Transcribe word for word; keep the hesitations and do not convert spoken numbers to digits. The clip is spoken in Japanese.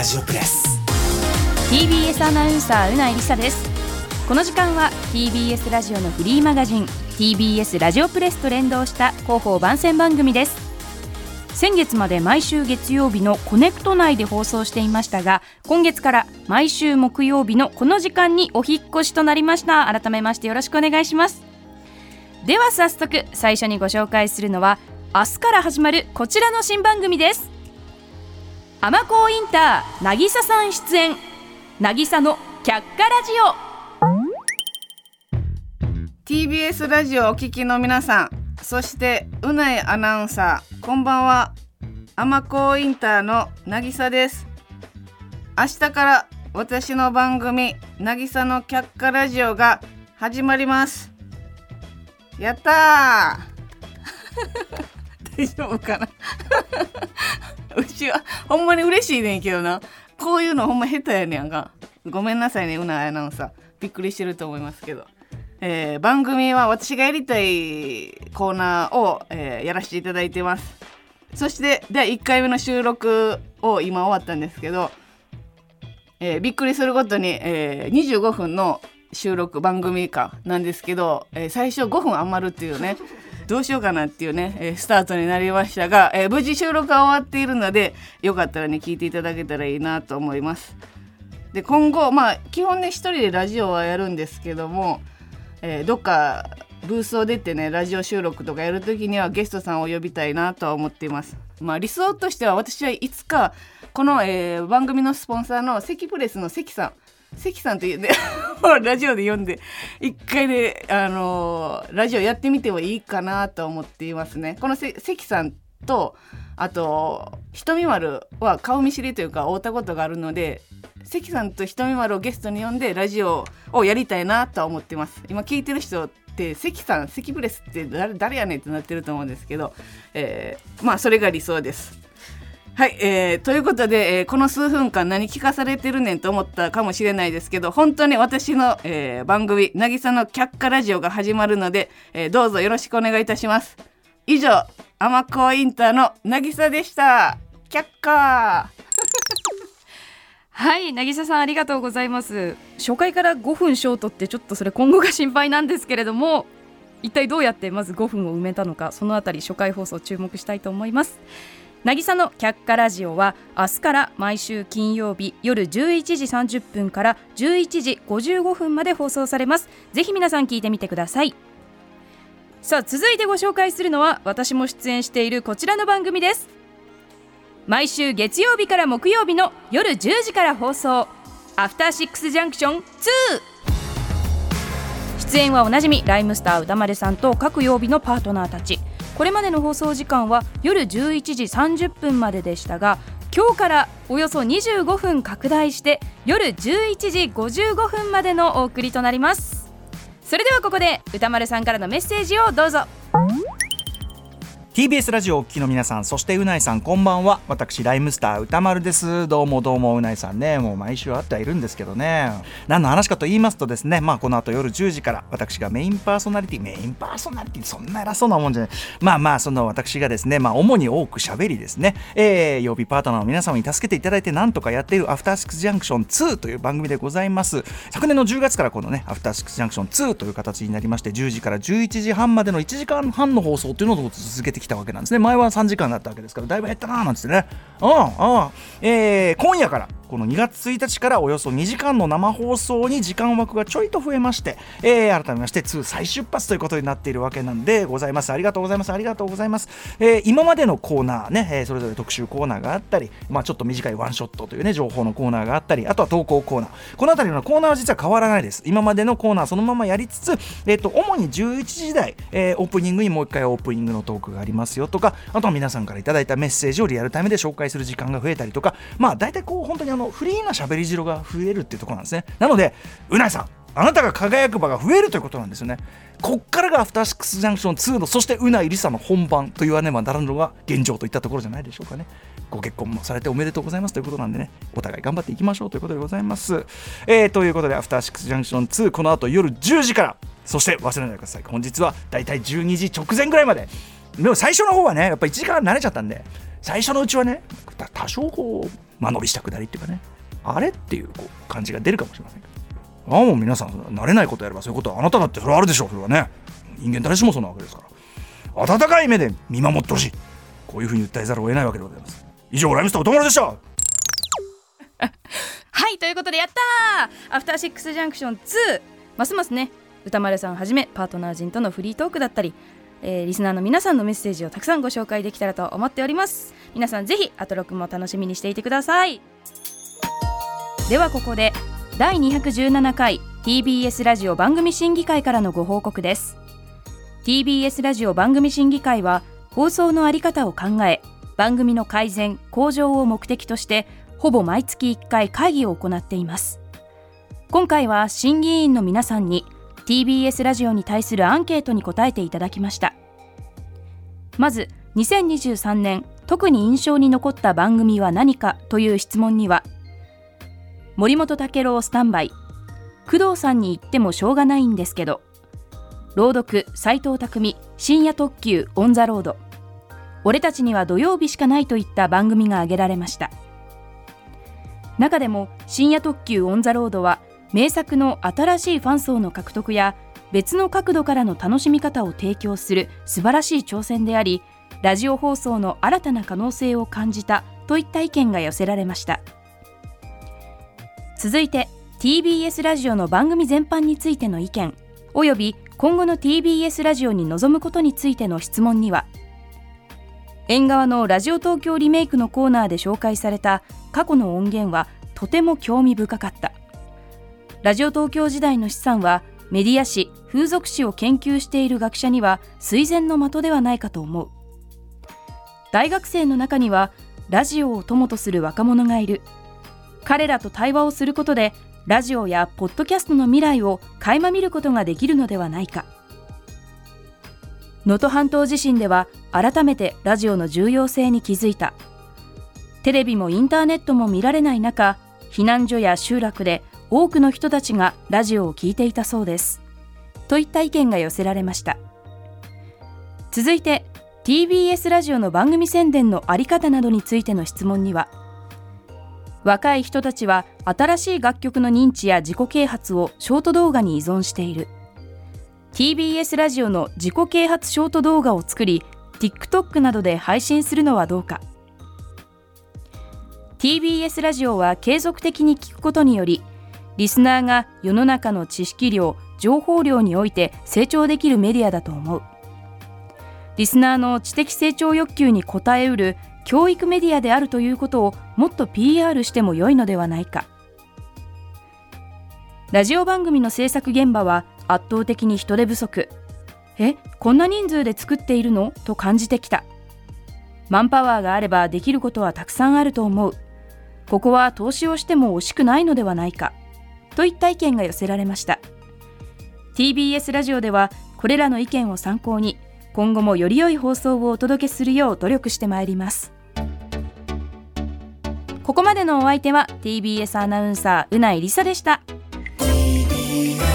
ジオプレスティービーエス アナウンサーうないりさです。この時間は ティービーエス ラジオのフリーマガジン ティービーエス ラジオプレスと連動した広報番宣番組です。先月まで毎週月曜日のコネクト内で放送していましたが、今月から毎週木曜日のこの時間にお引っ越しとなりました。改めましてよろしくお願いします。では早速最初にご紹介するのは、明日から始まるこちらの新番組です。アマコーインター渚さん出演、渚の却下ラジオ。 ティービーエス ラジオをお聞きの皆さん、そしてうないアナウンサー、こんばんは。アマコーインターの渚です。明日から私の番組渚の却下ラジオが始まります。やったー大丈夫かなうちはほんまに嬉しいねんけどな、こういうのほんま下手やねんが、ごめんなさいね、うないアナウンサー、びっくりしてると思いますけど、えー、番組は私がやりたいコーナーを、えー、やらせていただいてます。そしてだいいっかいめの収録を今終わったんですけど、えー、びっくりすることに、えー、にじゅうごふんの収録番組かなんですけど、えー、最初ごふん余るっていうねどうしようかなっていうね、えー、スタートになりましたが、えー、無事収録が終わっているので、よかったらね聞いていただけたらいいなと思います。で今後まあ基本ね一人でラジオはやるんですけども、えー、どっかブースを出てねラジオ収録とかやるときにはゲストさんを呼びたいなとは思っています。まあ理想としては、私はいつかこの、えー、番組のスポンサーの関プレスの関さん関さんというねラジオで読んで一回ね、あのー、ラジオやってみてもいいかなと思っていますね。この関さんとあとひとみ丸は顔見知りというか会ったことがあるので、関さんとひとみ丸をゲストに呼んでラジオをやりたいなと思ってます。今聞いてる人って関さん関プレスって 誰, 誰やねんってなってると思うんですけど、えー、まあそれが理想です。はい、えー、ということで、えー、この数分間何聞かされてるねんと思ったかもしれないですけど、本当に私の、えー、番組渚の却下ラジオが始まるので、えー、どうぞよろしくお願いいたします。以上、アマコーインターの渚でした。却下はい、渚さんありがとうございます。初回からごふんショートってちょっとそれ今後が心配なんですけれども、一体どうやってまずごふんを埋めたのか、そのあたり初回放送注目したいと思います。渚の却下ラジオは明日から毎週金曜日夜じゅういちじさんじゅっぷんからじゅういちじごじゅうごふんまで放送されます。ぜひ皆さん聞いてみてください。さあ続いてご紹介するのは、私も出演しているこちらの番組です。毎週月曜日から木曜日の夜じゅうじから放送、アフターシックスジャンクションツー。出演はおなじみライムスター歌丸さんと各曜日のパートナーたち。これまでの放送時間は夜じゅういちじさんじゅっぷんまででしたが、今日からおよそにじゅうごふん拡大して夜じゅういちじごじゅうごふんまでのお送りとなります。それではここで歌丸さんからのメッセージをどうぞ。 ティービーエス ラジオをお聞きの皆さん、そしてうないさんこんばんは。私ライムスター歌丸です。どうもどうも。うないさんね、もう毎週会ってはいるんですけどね、何の話かと言いますとですね、まあこの後夜じゅうじから私がメインパーソナリティメインパーソナリティそんな偉そうなもんじゃない、まあまあその私がですね、まあ主に多く喋りですね、えー、曜日パートナーの皆様に助けていただいてなんとかやっているアフターシックスジャンクションツーという番組でございます。昨年のじゅうがつからこのねアフターシックスジャンクションツーという形になりまして、じゅうじからじゅういちじはんまでのいちじかんはんの放送というのを続けてきたわけなんですね。前はさんじかんだったわけですから、だいぶ減ったななんつってね。うんうん、えー、今夜からこのにがつついたちからおよそにじかんの生放送に時間枠がちょいと増えまして、えー、改めましてツー再出発ということになっているわけなんでございます。ありがとうございます。ありがとうございます。えー、今までのコーナーね、えー、それぞれ特集コーナーがあったり、まあ、ちょっと短いワンショットというね情報のコーナーがあったり、あとは投稿コーナー、このあたりのコーナーは実は変わらないです。今までのコーナーそのままやりつつ、えー、と主にじゅういちじ台、えー、オープニングにもう一回オープニングのトークがありますよとか、あとは皆さんからいただいたメッセージをリアルタイムで紹介する時間が増えたりとか、まあ大体こう本当にあのフリーな喋り汁が増えるっていうところなんですね。なのでうないさん、あなたが輝く場が増えるということなんですよね。こっからがアフターシックスジャンクションツーの、そしてうないりさの本番と言わねばならぬのが現状といったところじゃないでしょうかね。ご結婚もされておめでとうございますということなんでね、お互い頑張っていきましょうということでございます。えー、ということでアフターシックスジャンクションツー、この後夜じゅうじから、そして忘れないでください、本日はだいたいじゅうにじ直前ぐらいまで。でも最初の方はねやっぱいちじかん慣れちゃったんで、最初のうちはね多少こう間延びしたくだりっていうかね、あれっていうこう感じが出るかもしれませんけど、ああもう皆さん慣れないことやればそういうことはあなただってそれはあるでしょう。それはね、人間誰しもそんなわけですから、温かい目で見守ってほしい、こういうふうに訴えざるを得ないわけでございます。以上ライムスター歌丸でした。 はい、ということでやったー、アフターシックスジャンクションツー、ますますね歌丸さんはじめパートナー陣とのフリートークだったり、えー、リスナーの皆さんのメッセージをたくさんご紹介できたらと思っております。皆さんぜひアトロクも楽しみにしていてください。ではここでだいにひゃくじゅうななかい ティービーエス ラジオ番組審議会からのご報告です。 ティービーエス ラジオ番組審議会は放送のあり方を考え、番組の改善向上を目的としてほぼ毎月いっかい会議を行っています。今回は審議員の皆さんに ティービーエス ラジオに対するアンケートに答えていただきました。まずにせんにじゅうさんねん特に印象に残った番組は何かという質問には、森本武郎スタンバイ、工藤さんに言ってもしょうがないんですけど、朗読斉藤匠深夜特急オンザロード、俺たちには土曜日しかないといった番組が挙げられました。中でも深夜特急オンザロードは名作の新しいファン層の獲得や別の角度からの楽しみ方を提供する素晴らしい挑戦であり、ラジオ放送の新たな可能性を感じたといった意見が寄せられました。続いて ティービーエス ラジオの番組全般についての意見および今後の ティービーエス ラジオに臨むことについての質問には、縁側のラジオ東京リメイクのコーナーで紹介された過去の音源はとても興味深かった。ラジオ東京時代の資産はメディア史、風俗史を研究している学者には垂涎の的ではないかと思う。大学生の中にはラジオを友とする若者がいる。彼らと対話をすることでラジオやポッドキャストの未来を垣間見ることができるのではないか。能登半島地震では改めてラジオの重要性に気づいた。テレビもインターネットも見られない中、避難所や集落で多くの人たちがラジオを聞いていたそうです。といった意見が寄せられました。続いて ティービーエス ラジオの番組宣伝のあり方などについての質問には、若い人たちは新しい楽曲の認知や自己啓発をショート動画に依存している。 ティービーエス ラジオの自己啓発ショート動画を作り TikTok などで配信するのはどうか。 ティービーエス ラジオは継続的に聞くことによりリスナーが世の中の知識量、情報量において成長できるメディアだと思う。リスナーの知的成長欲求に応えうる教育メディアであるということをもっと ピーアール しても良いのではないか。ラジオ番組の制作現場は圧倒的に人手不足。え、こんな人数で作っているのと感じてきた。マンパワーがあればできることはたくさんあると思う。ここは投資をしても惜しくないのではないか。といった意見が寄せられました。 ティービーエス ラジオではこれらの意見を参考に今後もより良い放送をお届けするよう努力してまいります。ここまでのお相手は ティービーエス アナウンサーうないりさでした。ティービーエス